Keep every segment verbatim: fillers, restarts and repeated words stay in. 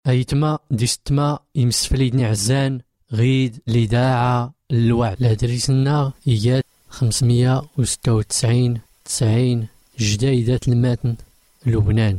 أيتما ديستما يمسفليدني عزان غيد الإذاعة الوعد لهدريسنا إياد خمسمية وستة وتسعين تسعين جديدة الماتن لبنان.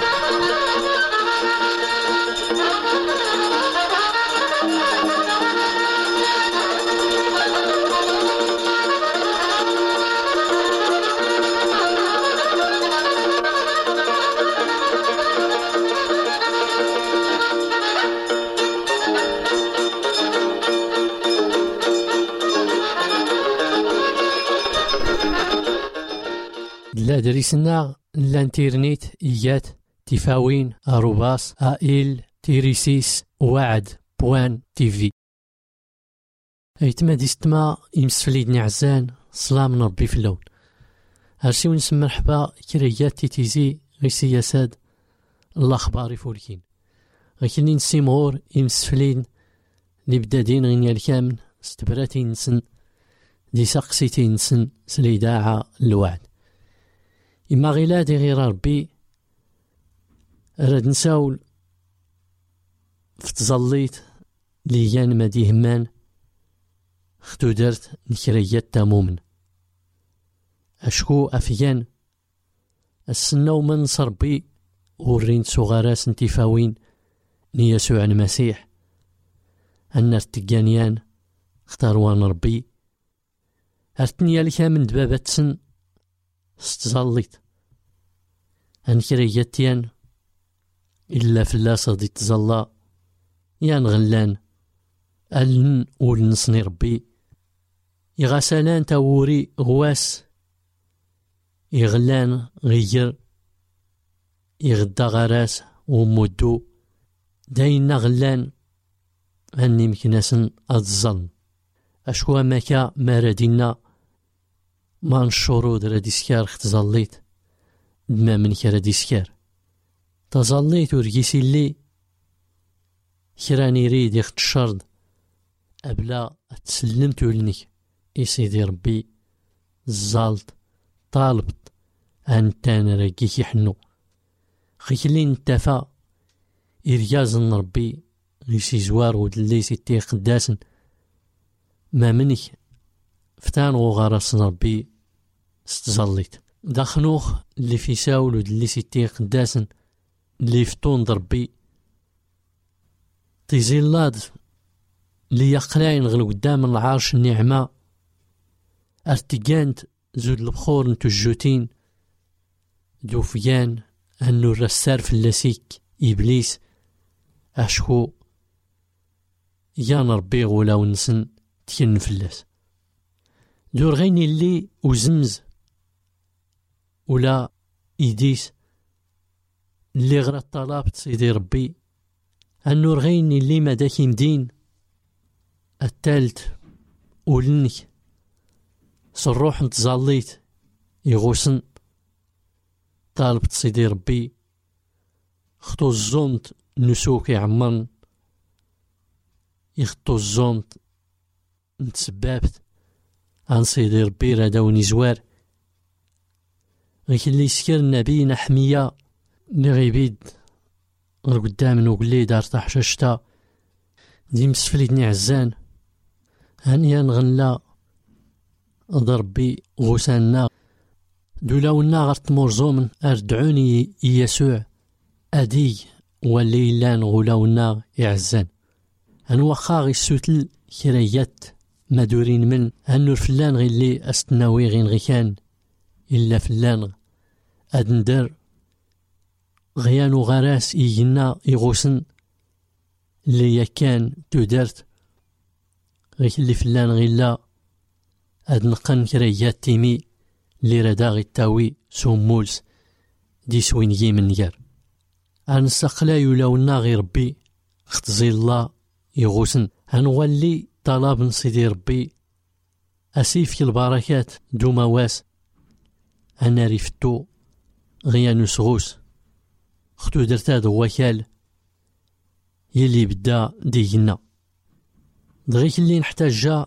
لا دريسنا الانترنت إيات تفاوين أروباس آئل تيريسيس وعد بوان تيفي. أيتما ديستما يمسفليدني عزان سلام نربي في اللون هرسي ونسمى مرحبا كريات تيتيزي غي سياسات الأخبار فولكين غيكني نسيمغور يمسفلين لبدادين غينيا الكامن استبراتي نسن دي ساقسيتي نسن سليداعة الوعد. إما غيلادي غير ربي راد نساول فتزليت ليان ما ديهمان ختو درت نكريات تامومن أشكو أفيان السنة ومن صربي ورين صغاراس انتفاوين نيسوع المسيح أن ارتقانيان اختاروان ربي ارتنيا لك من دبابات سن ستزليت أنكرياتيان إلا فلاس غدي تزلا يان غلان ألن ولنصني ربي يغسلان تاوري غواس يغلان غير يغدا غراس ومدو داينا غلان أني مكناسن أتظلم أشكو ماكا ماردينا ما نشورو درا ديسكار اختزليت دما من كرا ديسكار تظليت ورقيسي اللي كراني ريد يخت الشرد أبلا اتسلمت ولنك إسيدي ربي الزالت طالبت أنتان راكيك يحنو خيكلي نتفا إريازن ربي غيسي زوار ودليسي تي قداسن ما منك فتان وغارسن ربي ستزليت داخنوخ اللي في ساول ودليسي تي قداسن اللي فتون ضربي تيزيلاد اللي يقلاين غلو قدام العرش النعمة ارتقانت زود البخور نتو الجوتين دوفيان أنو الرسار في اللاسيك إبليس أشكو يان ربي غولا ونسن تين فلاس دور غيني اللي وزمز ولا إيديس اللي غرا طلبت سيدي ربي أنو رغيني اللي مداك مدين التالت ولنك صروح نتزاليت يغوسن طالبت سيدي ربي خطو الزومت نسوك يعمرن يخطو الزومت نتسبابت عن سيدي ربي راداوني زوار غيك اللي سكر النبي نحمية نغيبيد غير قدام نوقلي دار تحت شتا دي مسفليتني عزان هانيا نغنلا ضربي غوسانا دولاونا غير تمورزومن اردعوني يسوع ادي وليلان غولاونا يعزان هنوخا غي السوتل كريات مدورين من هنور فلان غي اللي استناوي غين غي كان إلا فلان أدندر غيانو غراس إيجنا إغوسن اللي يكان تودرت غي اللي فلان غيلا أدنقن كريات تيمي اللي ردا غي التاوي سومولس دي سوين يي من نيار أنسقلا يولاونا غي ربي اختزي الله يغوسن هنولي طلب سيدي ربي أسيف كي البركات دو مواس أنا ريفتو غيانو سغوس ختو درتا دو وكال يلي بدا ديجنا دغيك اللي نحتاجا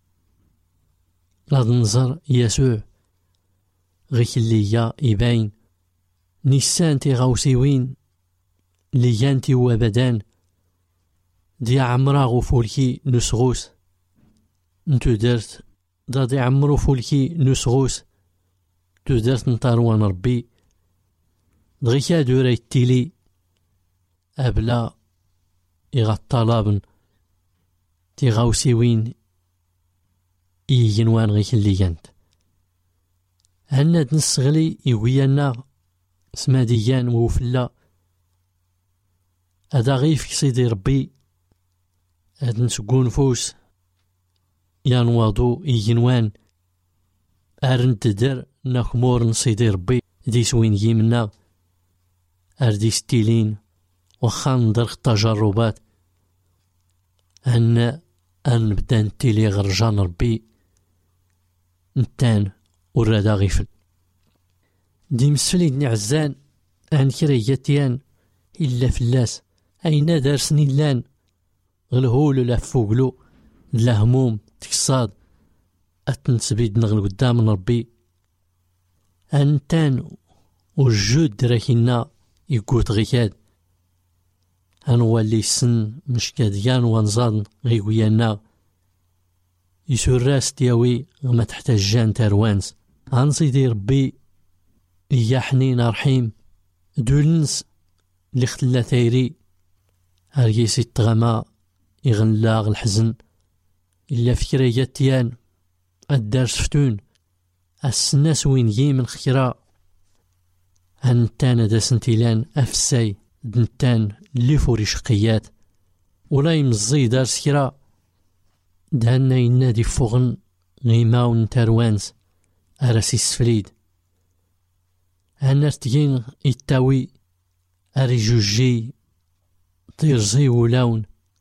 غاد نزر يسوع غيك اللي يا يباين نيسان تيغاوسيوين ليانتي وابدان دي عمرا غفولكي نسغوس نتو درت دا دي عمرو فولكي نسغوس تو درت نطاروان ربي دغيكا دورا يتيلي أبلا إغا الطلابن تي غاوسيوين إيجنوان غيك اللي جانت هنا نسغلي إيويانا سماديان ووفلا هذا غير في سيدي ربي هاد نسقون فوس يانواضو إيجنوان أرن تدر نخمور نسيدي ربي دي سوين يمنا أردي ستيلين وخان درخ التجربات أن أن نبدا نتيلي غرجان ربي نتان ورادا غيفل دي مسفلي دني عزان أن كرياتيان إلا فلاس أين دارسني لان غلهول لا فوقلو لا هموم تكصاد أتنسبيد نغل قدام ربي أنتان وجود راكينا يقوت غيكاد هنولي السن مش كاديان ونزاد غيويانا يسور راس دياوي وما تحتاجان تاروانس هنصيدي ربي يا حنين رحيم دولنس اللي ختلا ثايري هرقيسي التغما يغنلاغ الحزن إلا فكرة جاتيان الدارس فتون السناس وين جي من خيرا هنتان دا سنتيلان أفساي دنتان اللي فوري شقيات ولا يمزي دار سكرا دهنا ينادي فوغن غيماون تاروانس أراسي السفليد هنا ارتجين يتاوي أري جوجي طيرزي ولاون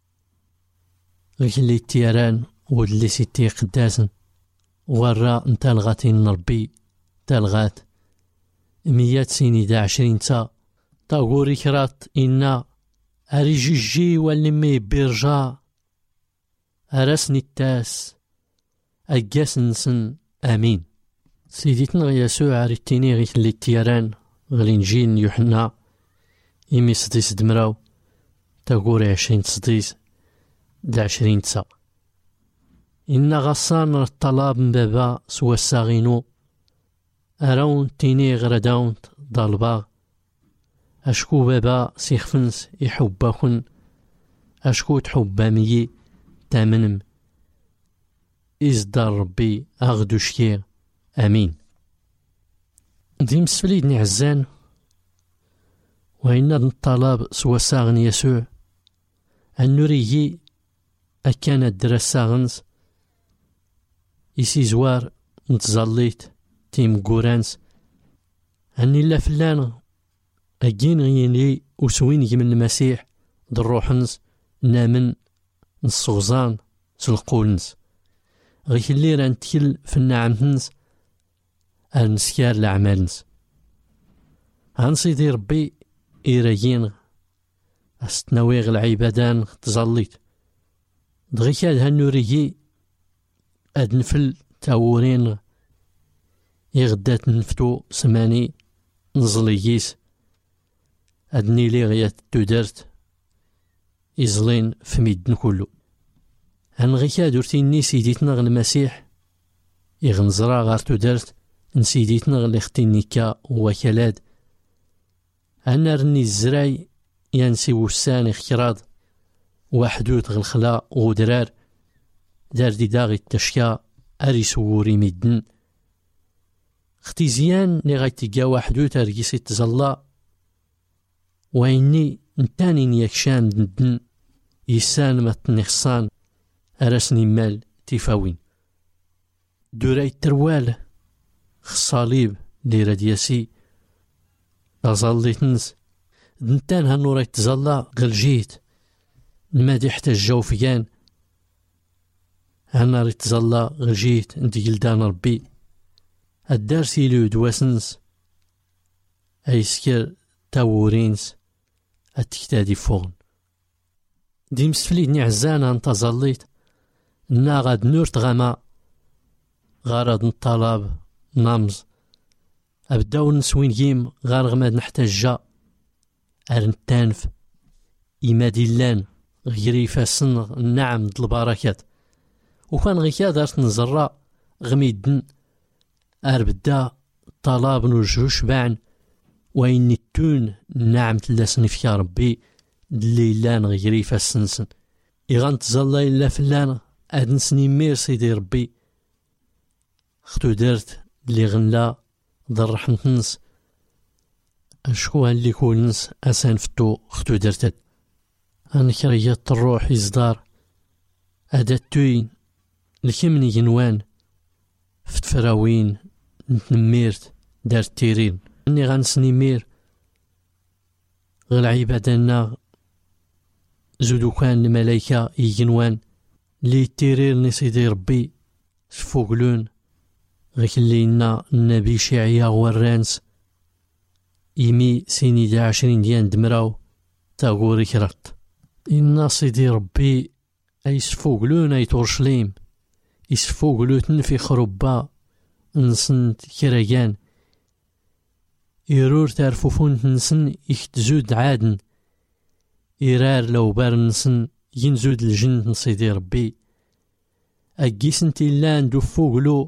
غيلي التيران واللي سيتي قداسن ورا نتا الغاتين ربي تالغات ميات سيني دا عشرين تا طاغوري كرات إنا أري جوجي واللي بيرجا أرسني التاس أجاس نسن آمين سيديتنا يسوع عريتيني غيث اللي التيران غلينجين يوحنا إمي سديس دمراو تاغوري عشرين سديس دا عشرين تسا إنا غصان الطلاب من بابا سوا الساغينو أراون تيني غرداون ضالباغ أشكو بابا سيخفنس يحباكن أشكو تحبامي تامنم إزدار ربي أغدو شكير آمين دي مسفليدني عزان وإن الطلاب سوا ساغن يسوع أن نريي أكان الدرس ساغنس إسي زوار نتزاليت تيم قورانس أني لا فلان أجين غيني وسوين من المسيح دروحنس نامن نصوزان سلقولنس غيك اللي رانتكل في النعمتنس المسكار لعمالنس هنصيدي ربي إيرايين أستناويغ العبادان تزاليت دغيك هاد هنوريي أد نفل تاورين يغدات نفتو سماني نزلييس أدني لي غيات تودرت إزلين في ميدن كلو هنغيكا دورتيني سيديتنا غ المسيح يغنزرا غار تودرت نسيديتنا غ الاختينيكا وكالاد أنا رني الزراي ينسي وسان اختراض وحدود غ الخلا ودرار دار دي داغي التشكا أري سوري ميدن اختي زيان لي غايتيكا وحدود ترقيسي تزلا ويني نتاني نيكشان ندن يسان ما تنخصان أرسني مال تيفاوين دوراي التروال خصاليب لي رادياسي أظليتنس دنتان هنوراي تزلا غلجيت المادي حتى الجوفيان هناري تزلا غلجيت انت جلدان ربي الدارسي لو دواسنس أي سكر تاورينس التكتادي فوغن دي مسفليدني عزانا انتظليت نا غاد نور تغاما غارض الطلاب نامز أبداو نسوين جيم غار غماد نحتاجا أرنتانف إما ديلان غيري فاسن النعم د البركات وكان غي كادرت نزرع غميدن أربدا طلاب نوجهوش باعن وين التون نعم تلاسني في ربي الليلان غيري فاسنسن إغان تزالا إلا فلان أدنسني مير سيدي ربي ختو دارت اللي غنلا در رحمتنس أشكوها اللي كولنس أسان فتو ختو دارتت أنكريات الروح إصدار أداتوين الكمني جنوان فتفراوين نتنميرت دارت تيرين أني غنسني مير غير عبادنا زودو كان الملايكة يجنوان لي تيرير نسيدي ربي فوقلون غيك اللي النبي شيعيا ورانس يمي سيني دا عشرين ديان دمراو تاغوري كرات إنا سيدي ربي أيسفوقلون أي تورشليم يسفوقلوتن في خربا نسنت كراجان يرور تعرفوفون نسن يكتزود عادن إرار لو بار نسن ينزود الجنة سيدي ربي أجيسن تيلان دو فوقلو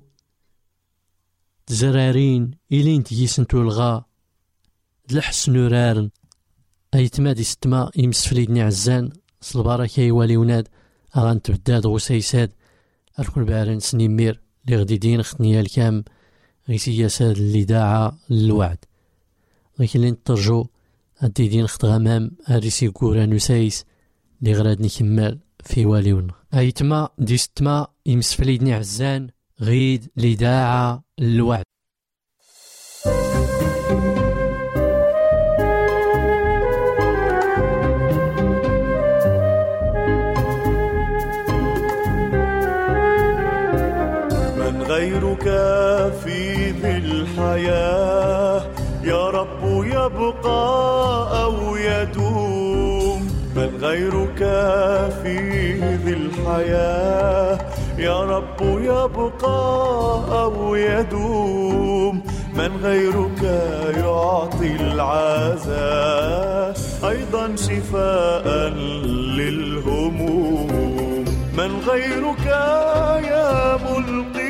تزرارين إلين تجيسن تولغا دلحس نورارن أي تمادي ستما يمسفليدني عزان صلبارك يوالي وناد أغان تبداد غسيساد الكل بارن سنيمير لي غدي دين ختنيا الكام غي سياسات اللي داعا للوعد غيك اللي نترجو هادي دين خت غمام هادي سيكورا نسايس لي غراد نكمل في واليون أي تما دي ستما يمسفليدني عزان غيد لي داعا للوعد غيرك في ذي الحياة يا رب يبقى أو يدوم من غيرك في ذي الحياة يا رب يبقى أو يدوم من غيرك يعطي العزاء أيضا شفاء للهموم من غيرك يا ملقي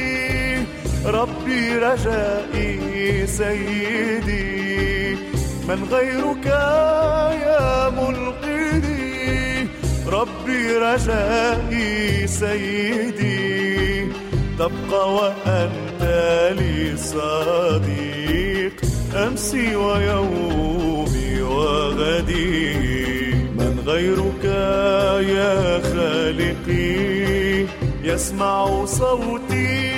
ربي رجائي سيدي من غيرك يا ملقدي ربي رجائي سيدي تبقى وأنت لي صديق أمسي ويومي وغدي من غيرك يا خالقي يسمع صوتي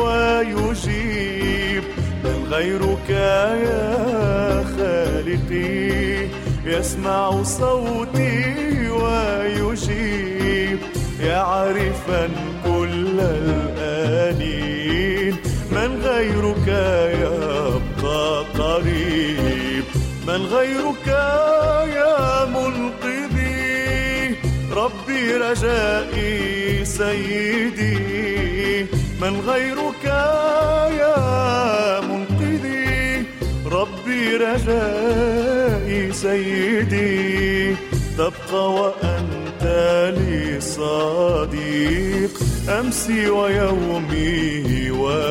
ويجيب من غيرك يا خالقي يسمع صوتي ويجيب يعرفا كل الآنين من غيرك يبقى قريب من غيرك يا منقذي ربي رجائي سيدي من غيرك يا منقذي ربي رجائي سيدي تبقى وأنت لي صديق أمسي ويومي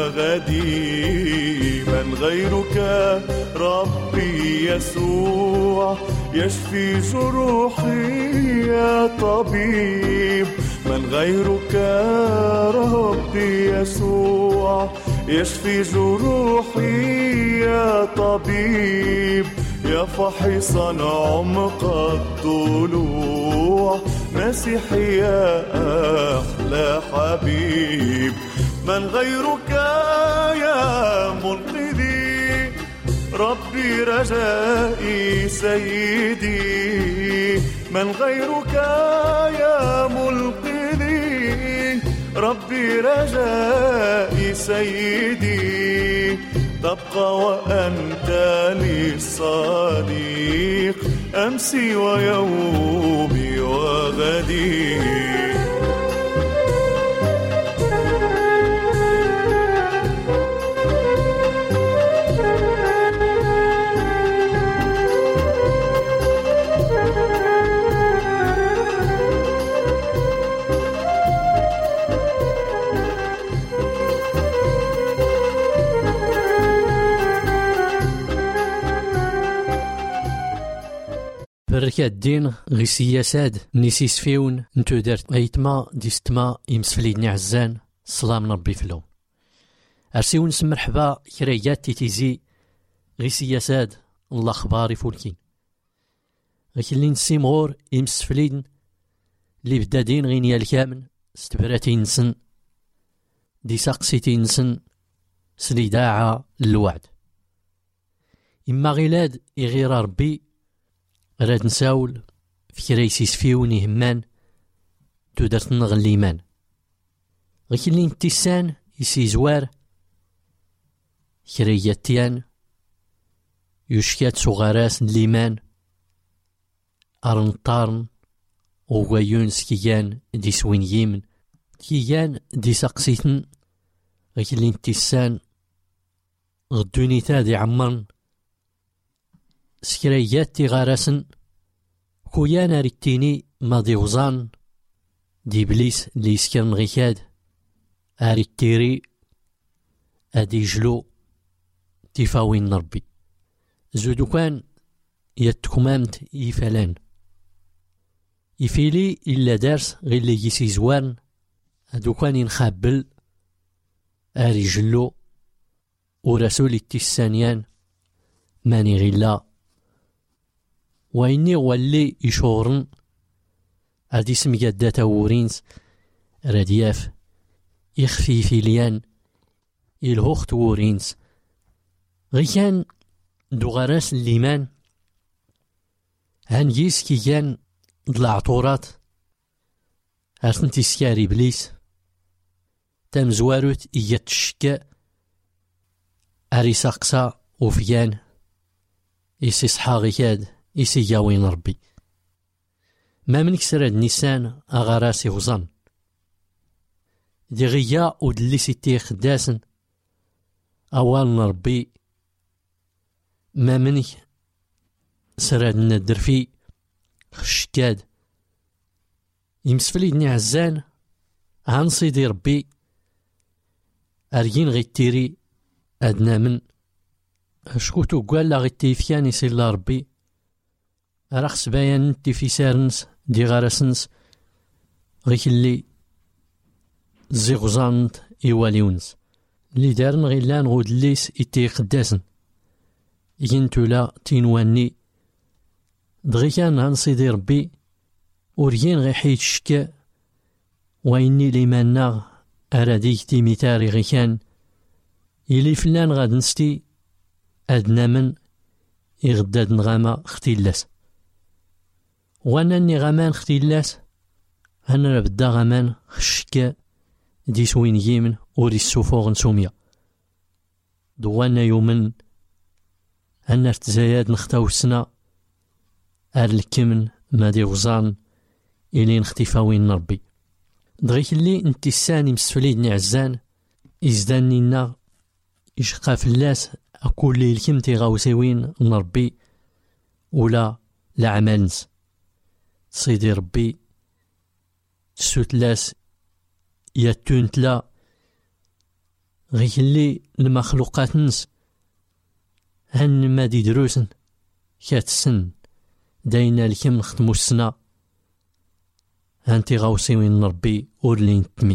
وغدي من غيرك ربي يسوع يشفي جروحي يا طبيب من غيرك ربي يسوع يشفي جروحي يا طبيب يا فحصا عمق الضلوع مسيحي يا أحلى حبيب من غيرك يا منقذي ربي رجائي سيدي من غيرك يا ملقذي ربي رجائي سيدي تبقى وأنت لي صديق أمسي ويومي وغدي ذلك الدين غي سياساد نيسيس فيون نتو دارت ايتما ديستما يمسفليدني عزان السلام ربي فلو ارسيون نسم مرحبا كريات تيتيزي غي سياساد الله خباري فولكين غي اللي نسيمغور يمسفليدن اللي بدادين غينيا الكامل استبراتي نسن دي ساقسيتي نسن سليداعة الوعد إما غيلاد يغير ربي راد نساول في كريسيس فيوني همان تودرت نغ الليمان غيك اللي نتيسان يسي زوار كرياتيان يشكات صغاراس الليمان أرنطارن وغيون سكيان دي سوين يمن كيان دي ساقسيتن غيك اللي نتيسان غدوني تادي عمرن سكريات تيغارسن كويانا ريتيني ماضي وزان دي بليس اللي يسكن غيكاد اريتيري ادي جلو تيفاوين نربي زودو كان يتكمامت يفلان يفيلي إلا دارس غير اللي يسي زوان ادو كان ينخابل اري جلو ورسول التسانيان ماني غيلا ويني ولي يشورن ادي سميادا تاورينس ردياف يخفي فيليان يلهوخ تورينس غيان دوغاراس الليمان هان يس كيان دلعطورات هرسن تيسكاري بليس تام زواروت إيات الشكا أري ساقسا وفيان إيسي صحاغي كاد إيسي ياوين ربي ما من كسراد نيسان أغاراسي وزن دي غيا ودليسي تيخ داسن أوال ربي ما منك سراد ندر في خشكاد يمسفليدني عزان عن صيدي ربي أرجين غيتيري أدنى من شكوتو قال لا غيتيفيان يسير لا ربي رخص بايان نتي في سارنس دي غارسنس غيك اللي زيغزانت إيواليونس اللي دارن غيلان غود ليس إتي قداسن ينتو لا تينواني دغي كان عن صيدي ربي وريين غي حيت الشكا ويني ليمانا أراديك تيميتاري غي كان إلي فلان غاد نستي أدنى من إغداد نغاما اختلاس وانا ني غامان اختلاس هنا بدا غامان خشكا دي سوين يمن وري السفوغ نسوميا دوانا يومن هنا ارتزاياد نختاو السنة أر الكمن ما دي غزان إلي نختفاوين نربي دغيك اللي انتي الساني مسفليدني عزان إزداني نا إشقا فلاس أقول لي الكمتي غاوسيوين نربي ولا لعمالنس سيدي ربي سوتلاس ياتونتلا غيك اللي المخلوقات نس هن ما دي دروسن كات السن داينا الكم نخدمو السنة هانتي غاوسيوين نربي ورلين تمي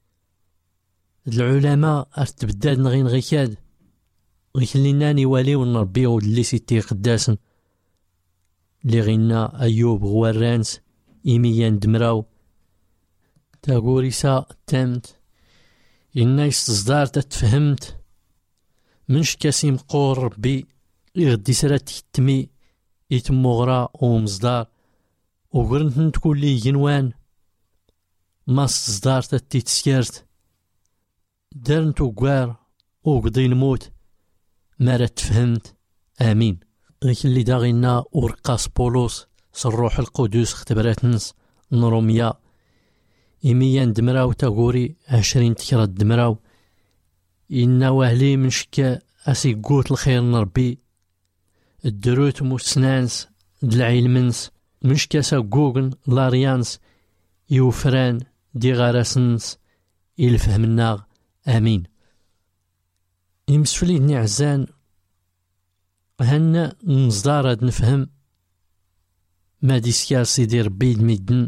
العلماء ارتبداد نغين غيكاد غيك اللي ناني واليو نربي ودلي سيتي قداسن اللي غينا أيوب غوارانس إيميان دمراو تاقوريسا تامت إنا يستصدار تتفهمت منش كاسيم قور ربي يغدي سرات تمي يتمغرا ومصدار وقرنت تكون لي جنوان ما استصدار تتسكرت درنت وقوار وقضي نموت ما راه تفهمت آمين غيك اللي داغينا ورقاس بولوس صروح القدوس اختبرات نس نروميا إيميان دمراو تاغوري عشرين تكرا دمراو إنا واهلي من شكا أسي قوت الخير نربي الدروت موسنانس دالعلمنس من شكا سا قوغن لاريانس يوفران دي غارسنس الفهمنا آمين يمسفليدني عزان هنا نصدار هاد نفهم ما ديسكار سيدي ربي دميدن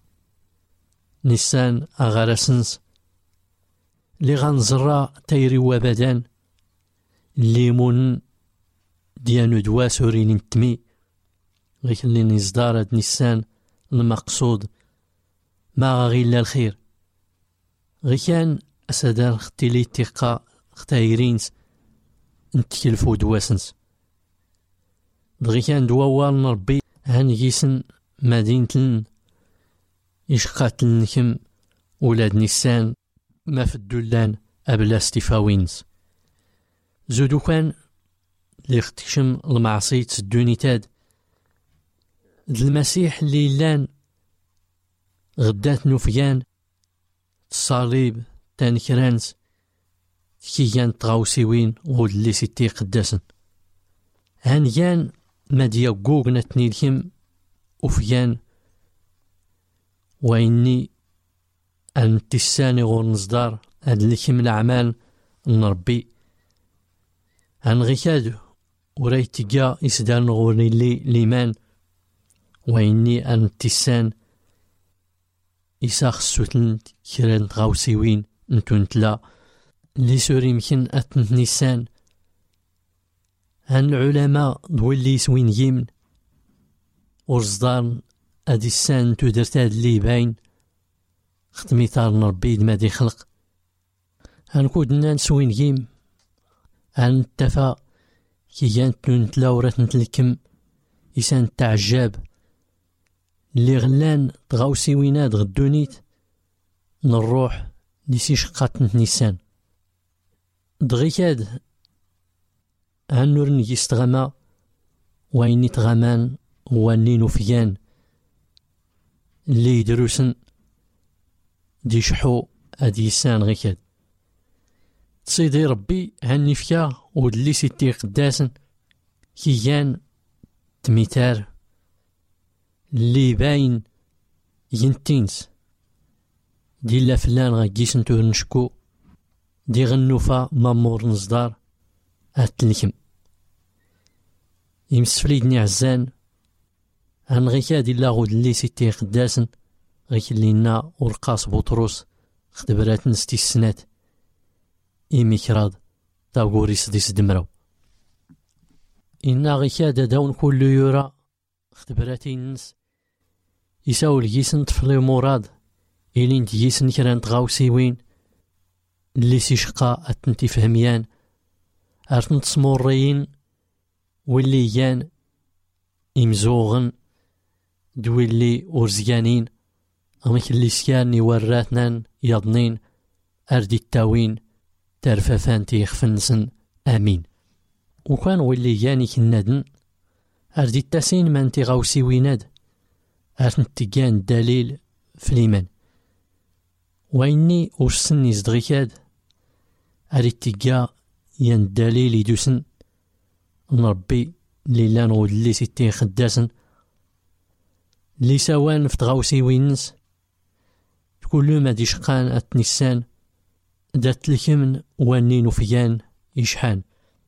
نيسان أغارسنس لي غنزرا تايري وابدان الليمون ديانو دوا سورين نتمي غيك اللي نزدار هاد نيسان المقصود ما غيلا الخير غي كان أسادان ختيلي تيقا ختايرينس نتكلفو دواسنس دغي كان دوال ربي هنجيسن مدينة إشقاتل نكم ولاد نيسان ما في الدولان أبلا استفاوينس زودو كان اللي اختشم المعصية الدوني تاد المسيح اللي لان غدات نوفيان الصليب تانكرانس كيان تغاوسيوين ود اللي ستي قداسن هانيان ماديا قوق نتنيلهم وفيان وإني أن تساني غور نصدار هاد لكم الأعمال نربي هان غيكادو وريتيقا إسدان غورني اللي ليمان وإني أن تسان إساخ السوتن كيران تغاوسيوين نتونتلا اللي سوري مكن أتنت نيسان هان العلماء دولي سوين يمن ورزدان أدي السان تودرت هاد اللي باين ختمي تار نربي دما دي خلق هنكودنا نسوين يم هان التفا كيان تنتلا ورات نتلكم إسان تعجاب اللي غلان تغاوسي ويناد غدونيت نروح لسي شقات نيسان دغي كاد هنور نيستغما ويني تغمان واني نوفيان اللي يدروسن دي شحو ادي يسان غي كاد تصيدي ربي هاني فيا ودلي ستي قداسن كيان تميتار اللي باين ينتينس دي لا فلان غاكيس نتو نشكو دي غنوفا مامور نصدار هاتلكم يمسفليدني عزان هان غيكا دي لا غود اللي ستي قداسن غيك لينا ورقاص بطروس خدبرات نستي السنات إيميكراد تاغوريس ديس دمرو إنا غيكا داون كل يورا خدبراتي نس يساول جيسن طفلي مراد إلين تجيسن كران تغاوسيوين اللي سيشقا أتنتي فهميان أرتن تصموريين واللي يان إمزوغن دويلي ورزيانين أميك اللي سكاني وراتنان يضنين أردي التاوين ترفافان تيخفنسن آمين وكان واللي ياني كنادن أردي التاسين من تغاوسي ويناد أرتن تيجان دليل فليمان وإني أرسني زدغيكاد أريد تيجا ين دليل يدوسن نربي ليلان ودلي ستين خداسن لي سوان فتغاوسي وينس كل ما دي شقان أتنسان دات لكمن واني نوفيان يشحان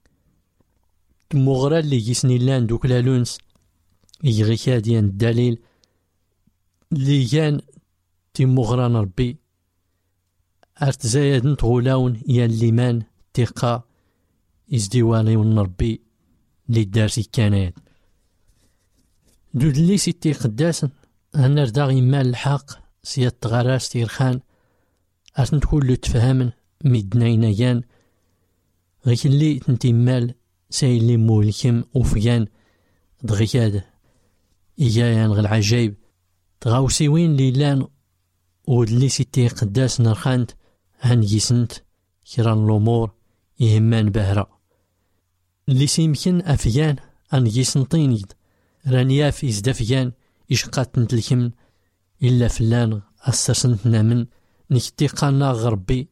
تمغرا اللي يسني لان دوك لالونس يغيكا ديان الدليل اللي كان تمغرا نربي ارتزايد نتغولاون يان ليمان تيقا ازديواني ونربي اللي دارسي كانت دود اللي ستي قداسن هنا رداغي مال الحق سياد تغراس تيرخان ارتن كل تفهمن ميدناينيان غيك اللي تنتي مال سايلي مولكم وفيان دغياد إيايان غ العجايب تغاوسي وين ليلان ودلي ستي قداس نرخانت هنجيسنت كيران الأمور يهمان بهرا اللي سيمكن أفيان هنجيسنطينيد رانياف إزدافيان إشقات نتلكمن إلا فلان أسرسنتنا من نكتيقانا غربي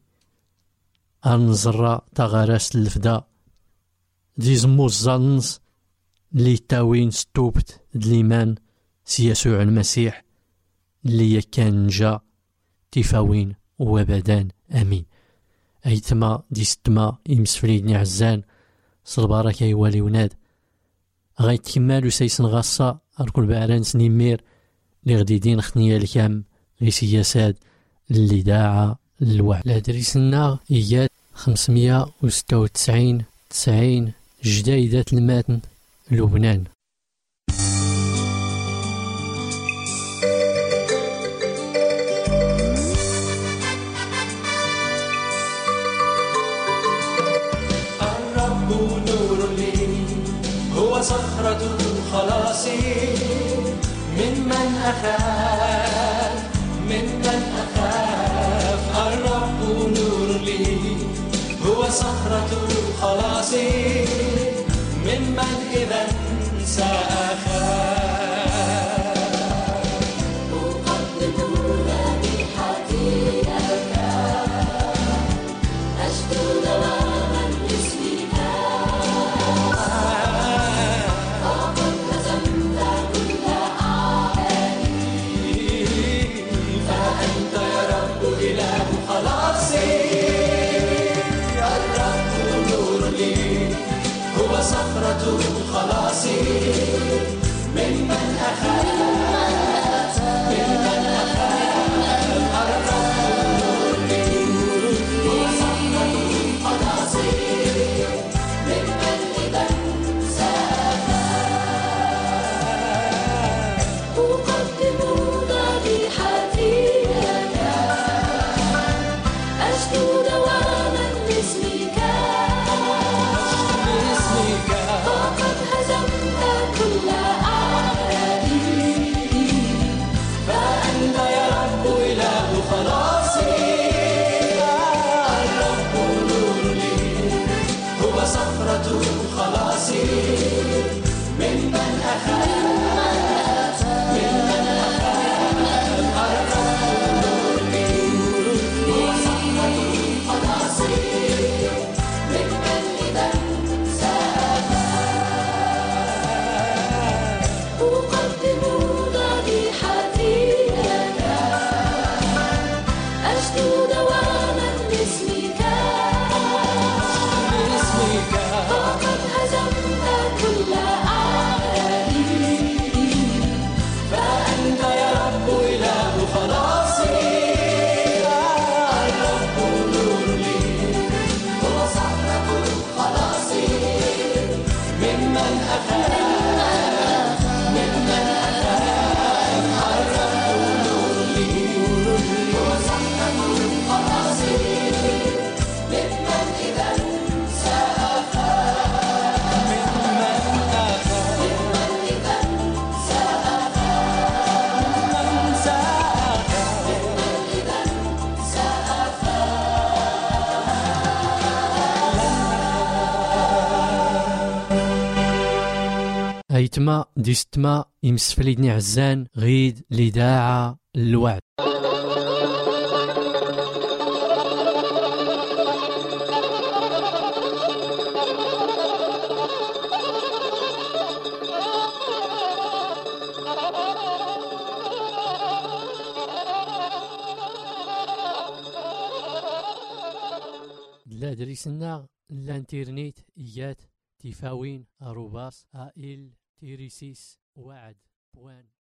أنزرا تغاراس الفدا دي زموز زالنس اللي تاوين ستوبت دليمان سيسوع المسيح اللي كان جا تفاوين وابدان امين ايتما دي ستما يمسفليدني عزان صلبارك يوالي وناد غايت كمالو سيسن غاصة أركل بعران سنيمير لغديدين خنية الكام غي سياسات اللي داعا الوعد. لادريسنا إيات خمسمية وستة وتسعين تسعين جدايدات الماتن لبنان. الرب نور لي هو صخرة الخلاص ممن أخاف ممن أخاف. الرب نور لي هو صخرة الخلاص ممن إذا سأخاف. أقدم ذبيحتي لك أشكو دواما لاسمك فقد هزمت كل أعدائي فأنت يا رب إله خلاصي. الرب نور لي هو صخرة الخلاص ممن أخاف ممن أخاف. الرب نور لي هو صخرة الخلاص ممن إذا سأخاف. أقدم ذبيحتي لك أشكو دواما لاسمك فقد هزمت كل أعدائي فأنت يا رب إله خلاصي. الرب نور لي هو صخرة الخلاص ممن أخاف ممن أخاف. الرب نور لي هو صخرة الخلاص ممن إذا أقدم ذبيحتي لك أشكو دواما لاسمك فقد هزمت كل أعدائي فأنت يا رب إله خلاصي. الرب نور لي هو صخرة الخلاص ممن أخاف أيتما ديستما يمسفليدني عزان غيد لداعة الوعد. لا دريسنا الانترنت إيات تفاوين أروباس آئل تيريسيس وعد بوان